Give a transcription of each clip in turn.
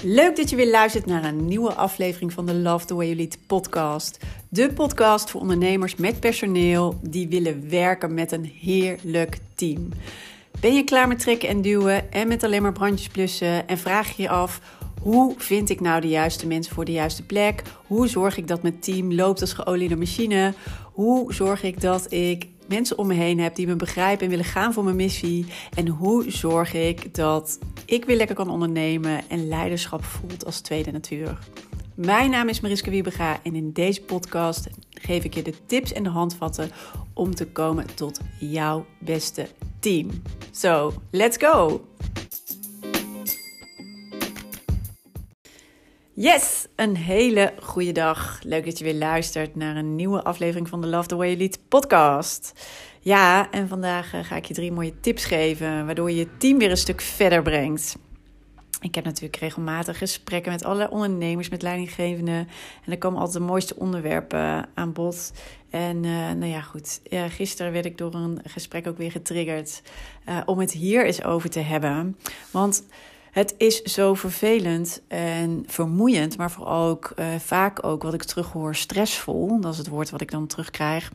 Leuk dat je weer luistert naar een nieuwe aflevering van de Love the Way You Lead podcast. De podcast voor ondernemers met personeel die willen werken met een heerlijk team. Ben je klaar met trekken en duwen en met alleen maar brandjes blussen en vraag je je af: hoe vind ik nou de juiste mensen voor de juiste plek? Hoe zorg ik dat mijn team loopt als geoliede machine? Hoe zorg ik dat ik mensen om me heen heb die me begrijpen en willen gaan voor mijn missie? En hoe zorg ik dat ik weer lekker kan ondernemen en leiderschap voelt als tweede natuur? Mijn naam is Mariska Wiebega en in deze podcast geef ik je de tips en de handvatten om te komen tot jouw beste team. So, let's go! Yes, een hele goede dag. Leuk dat je weer luistert naar een nieuwe aflevering van de Love the Way You Lead podcast. Ja, en vandaag ga ik je 3 mooie tips geven, waardoor je je team weer een stuk verder brengt. Ik heb natuurlijk regelmatig gesprekken met alle ondernemers, met leidinggevenden. En er komen altijd de mooiste onderwerpen aan bod. En gisteren werd ik door een gesprek ook weer getriggerd om het hier eens over te hebben. Want het is zo vervelend en vermoeiend, maar vooral ook vaak ook wat ik terughoor stressvol. Dat is het woord wat ik dan terugkrijg.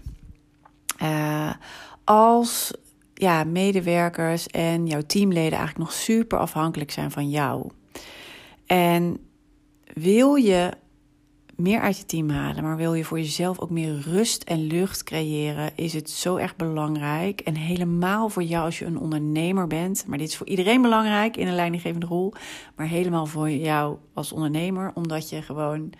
Als medewerkers en jouw teamleden eigenlijk nog super afhankelijk zijn van jou. En wil je meer uit je team halen, maar wil je voor jezelf ook meer rust en lucht creëren, is het zo erg belangrijk. En helemaal voor jou als je een ondernemer bent, maar dit is voor iedereen belangrijk in een leidinggevende rol, maar helemaal voor jou als ondernemer, omdat je gewoon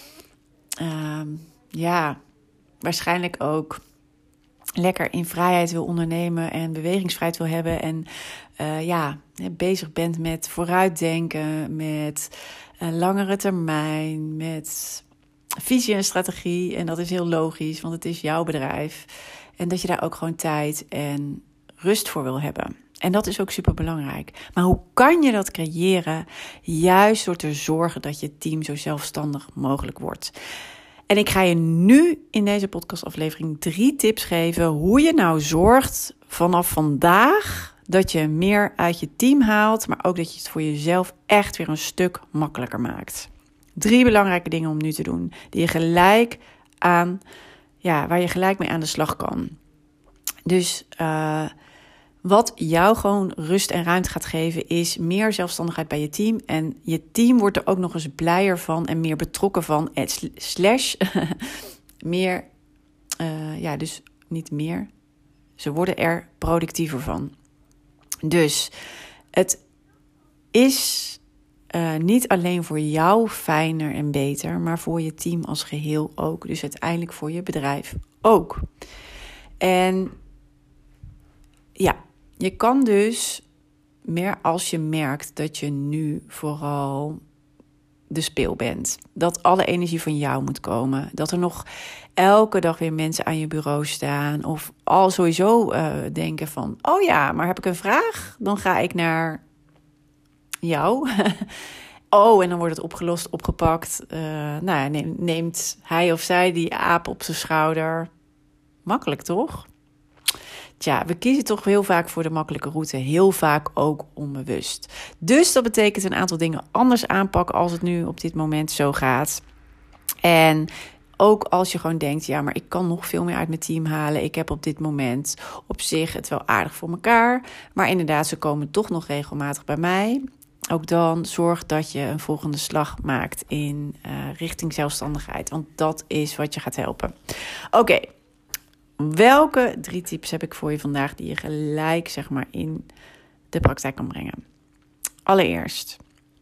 waarschijnlijk ook lekker in vrijheid wil ondernemen en bewegingsvrijheid wil hebben en bezig bent met vooruitdenken, met langere termijn, met visie en strategie. En dat is heel logisch, want het is jouw bedrijf. En dat je daar ook gewoon tijd en rust voor wil hebben. En dat is ook super belangrijk. Maar hoe kan je dat creëren? Juist door te zorgen dat je team zo zelfstandig mogelijk wordt. En ik ga je nu in deze podcastaflevering 3 tips geven hoe je nou zorgt vanaf vandaag dat je meer uit je team haalt, maar ook dat je het voor jezelf echt weer een stuk makkelijker maakt. 3 belangrijke dingen om nu te doen, die je gelijk waar je gelijk mee aan de slag kan. Dus wat jou gewoon rust en ruimte gaat geven, is meer zelfstandigheid bij je team. En je team wordt er ook nog eens blijer van en meer betrokken van. Dus niet meer. Ze worden er productiever van. Dus het is niet alleen voor jou fijner en beter, maar voor je team als geheel ook. Dus uiteindelijk voor je bedrijf ook. En je kan dus meer als je merkt dat je nu vooral de speel bent. Dat alle energie van jou moet komen. Dat er nog elke dag weer mensen aan je bureau staan. Of al sowieso denken van, oh ja, maar heb ik een vraag? Dan ga ik naar jou. En dan wordt het opgelost, opgepakt. Neemt hij of zij die aap op zijn schouder. Makkelijk toch? Tja, we kiezen toch heel vaak voor de makkelijke route. Heel vaak ook onbewust. Dus dat betekent een aantal dingen anders aanpakken als het nu op dit moment zo gaat. En ook als je gewoon denkt, ja, maar ik kan nog veel meer uit mijn team halen. Ik heb op dit moment op zich het wel aardig voor elkaar. Maar inderdaad, ze komen toch nog regelmatig bij mij. Ook dan zorg dat je een volgende slag maakt in richting zelfstandigheid. Want dat is wat je gaat helpen. Oké. Welke 3 tips heb ik voor je vandaag die je gelijk in de praktijk kan brengen? Allereerst,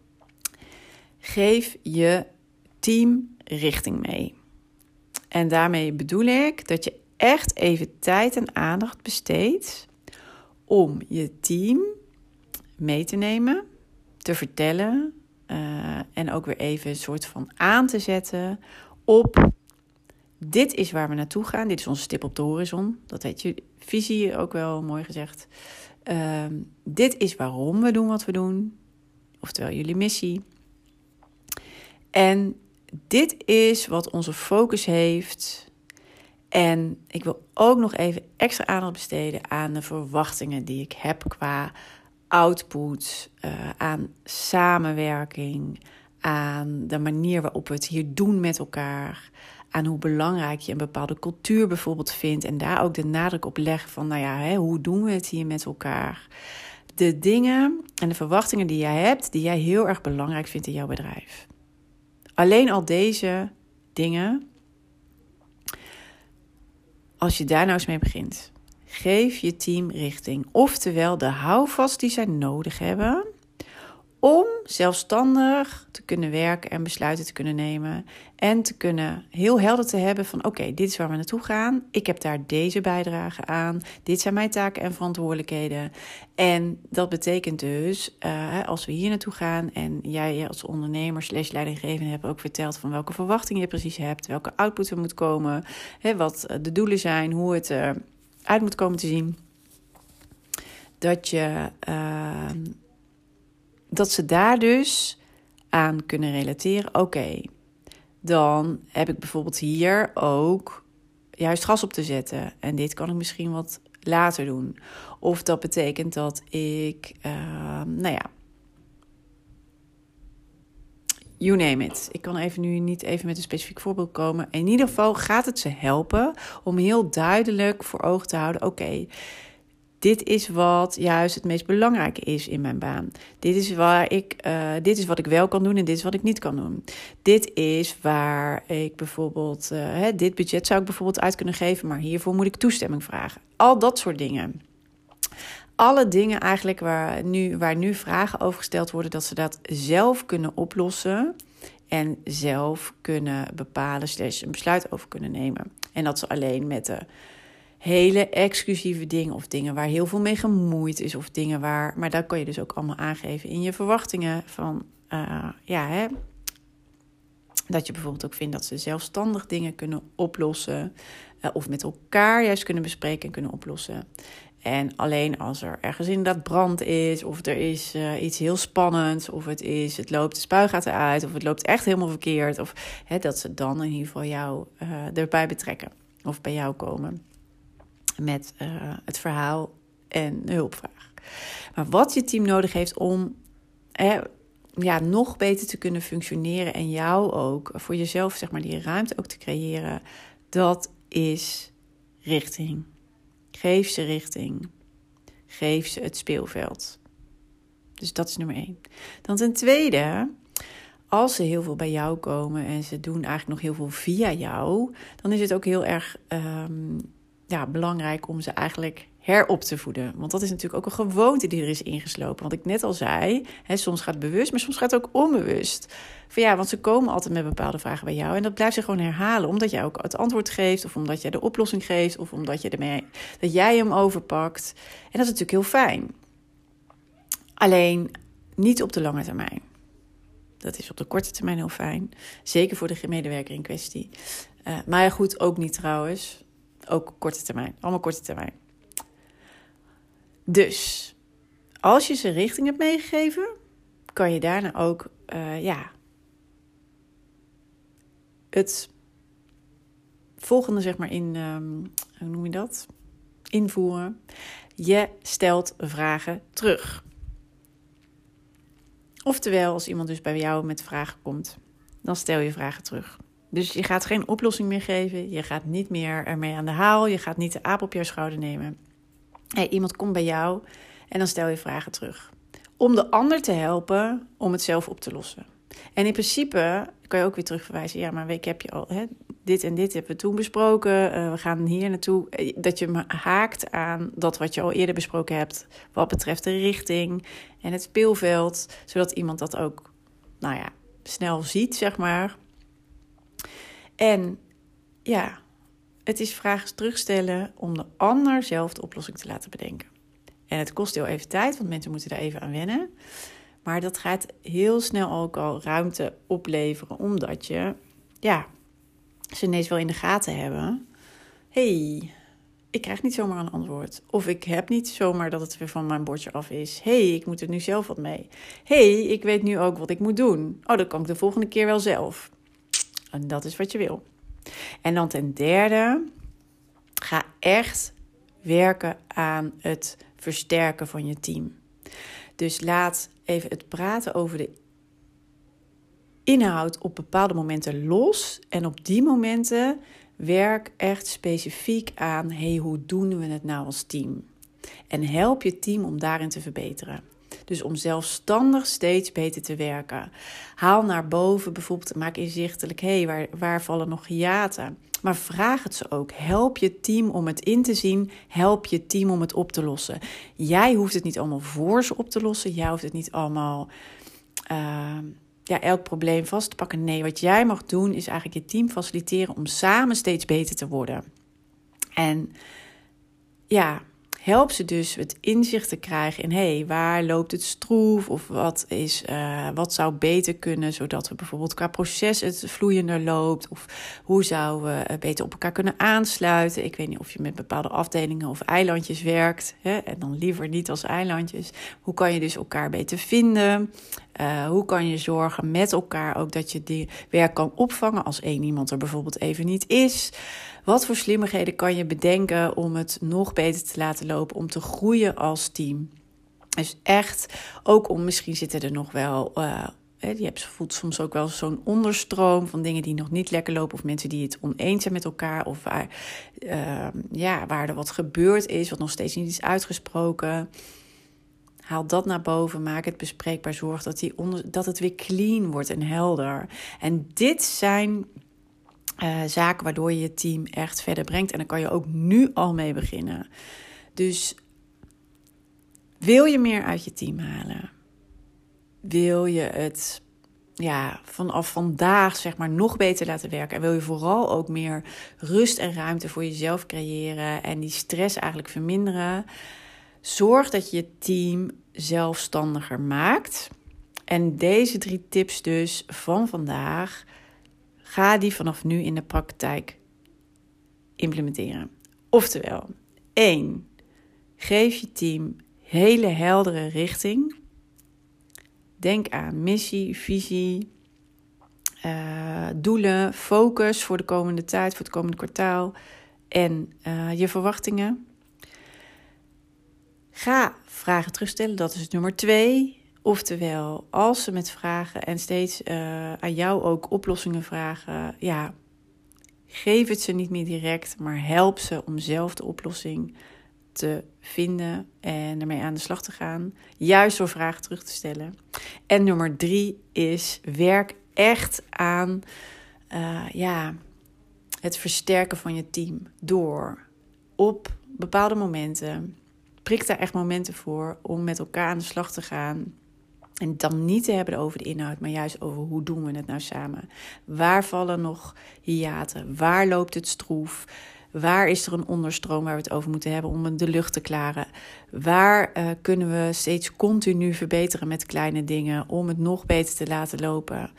geef je team richting mee. En daarmee bedoel ik dat je echt even tijd en aandacht besteedt om je team mee te nemen, te vertellen en ook weer even een soort van aan te zetten op: dit is waar we naartoe gaan. Dit is onze stip op de horizon. Dat heet je visie, ook wel mooi gezegd. Dit is waarom we doen wat we doen. Oftewel jullie missie. En dit is wat onze focus heeft. En ik wil ook nog even extra aandacht besteden aan de verwachtingen die ik heb qua output, aan samenwerking, aan de manier waarop we het hier doen met elkaar, aan hoe belangrijk je een bepaalde cultuur bijvoorbeeld vindt en daar ook de nadruk op leggen van, nou ja, hoe doen we het hier met elkaar? De dingen en de verwachtingen die jij hebt, die jij heel erg belangrijk vindt in jouw bedrijf. Alleen al deze dingen, als je daar nou eens mee begint, geef je team richting. Oftewel de houvast die zij nodig hebben om zelfstandig te kunnen werken en besluiten te kunnen nemen. En te kunnen heel helder te hebben van oké, dit is waar we naartoe gaan. Ik heb daar deze bijdrage aan. Dit zijn mijn taken en verantwoordelijkheden. En dat betekent dus, als we hier naartoe gaan en jij als ondernemer / leidinggevende hebt ook verteld van welke verwachtingen je precies hebt, welke output er moet komen, wat de doelen zijn, hoe het uit moet komen te zien. Dat ze daar dus aan kunnen relateren. Oké, dan heb ik bijvoorbeeld hier ook juist gas op te zetten. En dit kan ik misschien wat later doen. Of dat betekent dat ik, you name it. Ik kan niet even met een specifiek voorbeeld komen. In ieder geval gaat het ze helpen om heel duidelijk voor ogen te houden. Oké, dit is wat juist het meest belangrijke is in mijn baan. Dit is wat ik wel kan doen en dit is wat ik niet kan doen. Dit is waar ik bijvoorbeeld, dit budget zou ik bijvoorbeeld uit kunnen geven, maar hiervoor moet ik toestemming vragen. Al dat soort dingen. Alle dingen eigenlijk waar nu vragen over gesteld worden, dat ze dat zelf kunnen oplossen en zelf kunnen bepalen / een besluit over kunnen nemen. En dat ze alleen met de hele exclusieve dingen of dingen waar heel veel mee gemoeid is of dingen maar dat kan je dus ook allemaal aangeven in je verwachtingen van, dat je bijvoorbeeld ook vindt dat ze zelfstandig dingen kunnen oplossen of met elkaar juist kunnen bespreken en kunnen oplossen. En alleen als er ergens inderdaad brand is of er is iets heel spannends of het loopt de spuigaten uit of het loopt echt helemaal verkeerd of dat ze dan in ieder geval jou erbij betrekken of bij jou komen met het verhaal en de hulpvraag. Maar wat je team nodig heeft om nog beter te kunnen functioneren en jou ook, voor jezelf zeg maar die ruimte ook te creëren, dat is richting. Geef ze richting. Geef ze het speelveld. Dus dat is nummer 1. Dan ten tweede, als ze heel veel bij jou komen en ze doen eigenlijk nog heel veel via jou, dan is het ook heel erg belangrijk om ze eigenlijk herop te voeden. Want dat is natuurlijk ook een gewoonte die er is ingeslopen. Want ik net al zei, soms gaat het bewust, maar soms gaat het ook onbewust. Want ze komen altijd met bepaalde vragen bij jou. En dat blijft zich gewoon herhalen. Omdat jij ook het antwoord geeft. Of omdat jij de oplossing geeft. Of omdat dat jij hem overpakt. En dat is natuurlijk heel fijn. Alleen niet op de lange termijn. Dat is op de korte termijn heel fijn. Zeker voor de medewerker in kwestie. Maar goed, ook niet trouwens. Ook korte termijn. Allemaal korte termijn. Dus, als je ze richting hebt meegegeven, kan je daarna ook, het volgende zeg maar hoe noem je dat? Invoeren. Je stelt vragen terug. Oftewel, als iemand dus bij jou met vragen komt, dan stel je vragen terug. Dus je gaat geen oplossing meer geven. Je gaat niet meer ermee aan de haal. Je gaat niet de aap op jouw schouder nemen. Iemand komt bij jou en dan stel je vragen terug. Om de ander te helpen om het zelf op te lossen. En in principe kan je ook weer terugverwijzen. Ja, maar ik heb je al, dit en dit hebben we toen besproken. We gaan hier naartoe. Dat je haakt aan dat wat je al eerder besproken hebt. Wat betreft de richting en het speelveld. Zodat iemand dat ook, snel ziet, zeg maar. En ja, het is vragen terugstellen om de ander zelf de oplossing te laten bedenken. En het kost heel even tijd, want mensen moeten daar even aan wennen. Maar dat gaat heel snel ook al ruimte opleveren, omdat je, ze ineens wel in de gaten hebben. Ik krijg niet zomaar een antwoord. Of ik heb niet zomaar dat het weer van mijn bordje af is. Ik moet er nu zelf wat mee. Ik weet nu ook wat ik moet doen. Dat kan ik de volgende keer wel zelf. En dat is wat je wil. En dan ten derde, ga echt werken aan het versterken van je team. Dus laat even het praten over de inhoud op bepaalde momenten los. En op die momenten werk echt specifiek aan, hoe doen we het nou als team? En help je team om daarin te verbeteren. Dus om zelfstandig steeds beter te werken. Haal naar boven bijvoorbeeld, maak inzichtelijk, waar vallen nog hiaten? Maar vraag het ze ook. Help je team om het in te zien. Help je team om het op te lossen. Jij hoeft het niet allemaal voor ze op te lossen. Jij hoeft het niet allemaal elk probleem vast te pakken. Nee, wat jij mag doen is eigenlijk je team faciliteren om samen steeds beter te worden. En help ze dus het inzicht te krijgen in waar loopt het stroef of wat zou beter kunnen, zodat we bijvoorbeeld qua proces het vloeiender loopt, of hoe zouden we beter op elkaar kunnen aansluiten. Ik weet niet of je met bepaalde afdelingen of eilandjes werkt, en dan liever niet als eilandjes. Hoe kan je dus elkaar beter vinden? Hoe kan je zorgen met elkaar ook dat je die werk kan opvangen als één iemand er bijvoorbeeld even niet is? Wat voor slimmigheden kan je bedenken om het nog beter te laten lopen, om te groeien als team? Dus echt, ook om, misschien zitten er nog wel, voelt soms ook wel zo'n onderstroom van dingen die nog niet lekker lopen, of mensen die het oneens zijn met elkaar, of waar er wat gebeurd is, wat nog steeds niet is uitgesproken. Haal dat naar boven, maak het bespreekbaar, zorg dat het weer clean wordt en helder. En dit zijn zaken waardoor je je team echt verder brengt. En daar kan je ook nu al mee beginnen. Dus wil je meer uit je team halen? Wil je het vanaf vandaag nog beter laten werken? En wil je vooral ook meer rust en ruimte voor jezelf creëren en die stress eigenlijk verminderen? Zorg dat je je team zelfstandiger maakt. En deze 3 tips dus van vandaag, ga die vanaf nu in de praktijk implementeren. Oftewel, 1. Geef je team hele heldere richting. Denk aan missie, visie, doelen, focus voor de komende tijd, voor het komende kwartaal en je verwachtingen. Ga vragen terugstellen, dat is nummer 2. Oftewel, als ze met vragen en steeds aan jou ook oplossingen vragen, geef het ze niet meer direct, maar help ze om zelf de oplossing te vinden en ermee aan de slag te gaan. Juist door vragen terug te stellen. En nummer 3 is, werk echt aan het versterken van je team door op bepaalde momenten. Prik daar echt momenten voor om met elkaar aan de slag te gaan. En dan niet te hebben over de inhoud, maar juist over hoe doen we het nou samen. Waar vallen nog hiaten? Waar loopt het stroef? Waar is er een onderstroom waar we het over moeten hebben om de lucht te klaren? Waar kunnen we steeds continu verbeteren met kleine dingen om het nog beter te laten lopen?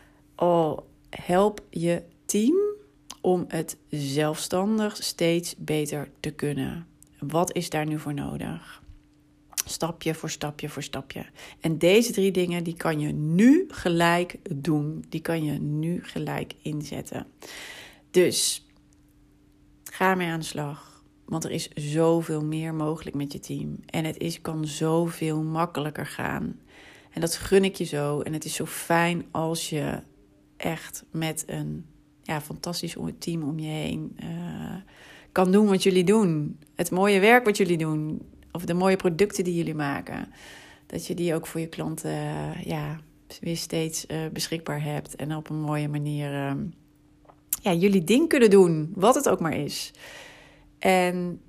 Help je team om het zelfstandig steeds beter te kunnen. Wat is daar nu voor nodig? Stapje voor stapje voor stapje. En deze 3 dingen, die kan je nu gelijk doen. Die kan je nu gelijk inzetten. Dus ga ermee aan de slag. Want er is zoveel meer mogelijk met je team. En het kan zoveel makkelijker gaan. En dat gun ik je zo. En het is zo fijn als je echt met een fantastisch team om je heen kan doen wat jullie doen. Het mooie werk wat jullie doen. Of de mooie producten die jullie maken. Dat je die ook voor je klanten weer steeds beschikbaar hebt. En op een mooie manier jullie ding kunnen doen. Wat het ook maar is. En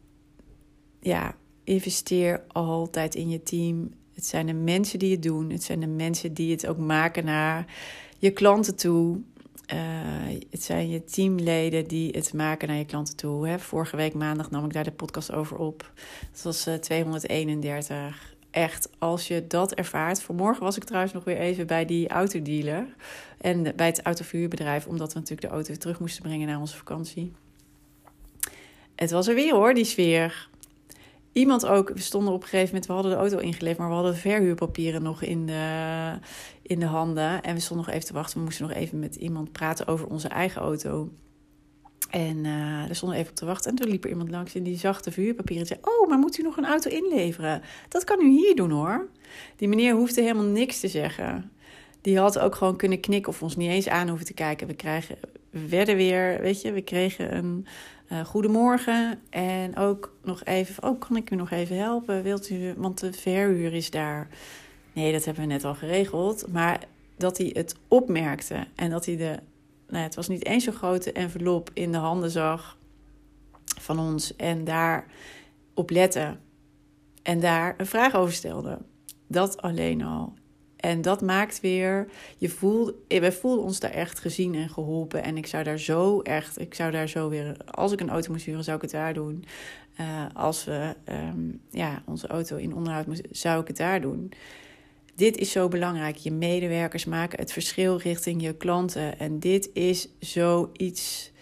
investeer altijd in je team. Het zijn de mensen die het doen. Het zijn de mensen die het ook maken naar je klanten toe. Het zijn je teamleden die het maken naar je klanten toe. Vorige week maandag nam ik daar de podcast over op. Dat was 231. Echt, als je dat ervaart. Vanmorgen was ik trouwens nog weer even bij die autodealer. En bij het autoverhuurbedrijf. Omdat we natuurlijk de auto terug moesten brengen naar onze vakantie. Het was er weer hoor, die sfeer. Iemand ook, we stonden op een gegeven moment, we hadden de auto ingeleverd, maar we hadden de verhuurpapieren nog in de handen. En we stonden nog even te wachten. We moesten nog even met iemand praten over onze eigen auto. En daar stonden we even op te wachten. En toen liep er iemand langs en die zag de verhuurpapieren en zei: "Oh, maar moet u nog een auto inleveren? Dat kan u hier doen hoor." Die meneer hoefde helemaal niks te zeggen. Die had ook gewoon kunnen knikken of ons niet eens aan hoeven te kijken. We kregen een goedemorgen. En ook nog even, kan ik u nog even helpen? Wilt u, want de verhuur is daar. Nee, dat hebben we net al geregeld. Maar dat hij het opmerkte en dat hij het was niet eens zo'n grote envelop in de handen zag van ons. En daar op lette. En daar een vraag over stelde. Dat alleen al. En dat maakt weer, we voelden ons daar echt gezien en geholpen. En ik zou daar zo weer, als ik een auto moest huren, zou ik het daar doen. Als we onze auto in onderhoud moesten, zou ik het daar doen. Dit is zo belangrijk. Je medewerkers maken het verschil richting je klanten. En dit is zoiets.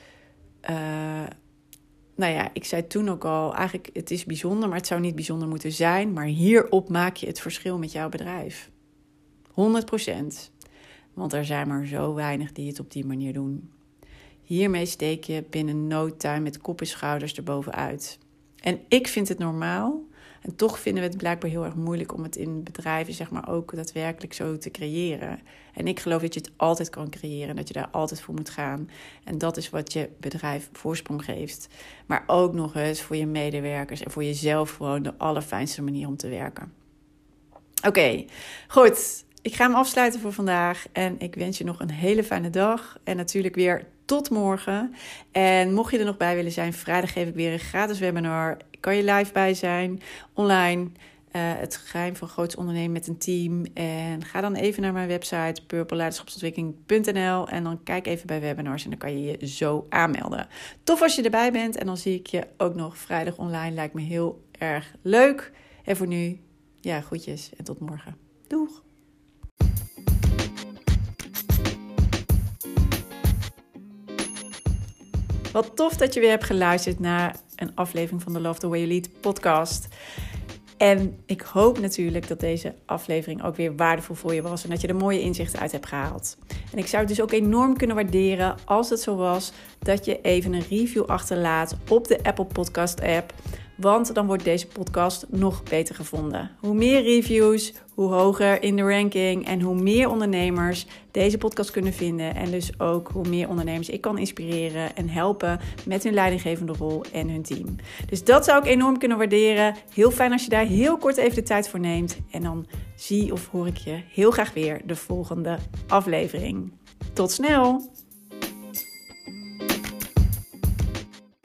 Ik zei toen ook al, eigenlijk het is bijzonder, maar het zou niet bijzonder moeten zijn. Maar hierop maak je het verschil met jouw bedrijf. 100%. Want er zijn maar zo weinig die het op die manier doen. Hiermee steek je binnen no time met kop en schouders erbovenuit. En ik vind het normaal. En toch vinden we het blijkbaar heel erg moeilijk om het in bedrijven zeg maar ook daadwerkelijk zo te creëren. En ik geloof dat je het altijd kan creëren en dat je daar altijd voor moet gaan. En dat is wat je bedrijf voorsprong geeft. Maar ook nog eens voor je medewerkers en voor jezelf gewoon de allerfijnste manier om te werken. Oké, goed. Ik ga hem afsluiten voor vandaag en ik wens je nog een hele fijne dag. En natuurlijk weer tot morgen. En mocht je er nog bij willen zijn, vrijdag geef ik weer een gratis webinar. Kan je live bij zijn, online. Het geheim van groots ondernemen met een team. En ga dan even naar mijn website purpleleiderschapsontwikkeling.nl en dan kijk even bij webinars en dan kan je je zo aanmelden. Tof als je erbij bent en dan zie ik je ook nog vrijdag online. Lijkt me heel erg leuk. En voor nu, groetjes en tot morgen. Doeg! Wat tof dat je weer hebt geluisterd naar een aflevering van de Love the Way You Lead podcast. En ik hoop natuurlijk dat deze aflevering ook weer waardevol voor je was en dat je er mooie inzichten uit hebt gehaald. En ik zou het dus ook enorm kunnen waarderen als het zo was dat je even een review achterlaat op de Apple Podcast app. Want dan wordt deze podcast nog beter gevonden. Hoe meer reviews, hoe hoger in de ranking en hoe meer ondernemers deze podcast kunnen vinden. En dus ook hoe meer ondernemers ik kan inspireren en helpen met hun leidinggevende rol en hun team. Dus dat zou ik enorm kunnen waarderen. Heel fijn als je daar heel kort even de tijd voor neemt. En dan zie of hoor ik je heel graag weer de volgende aflevering. Tot snel!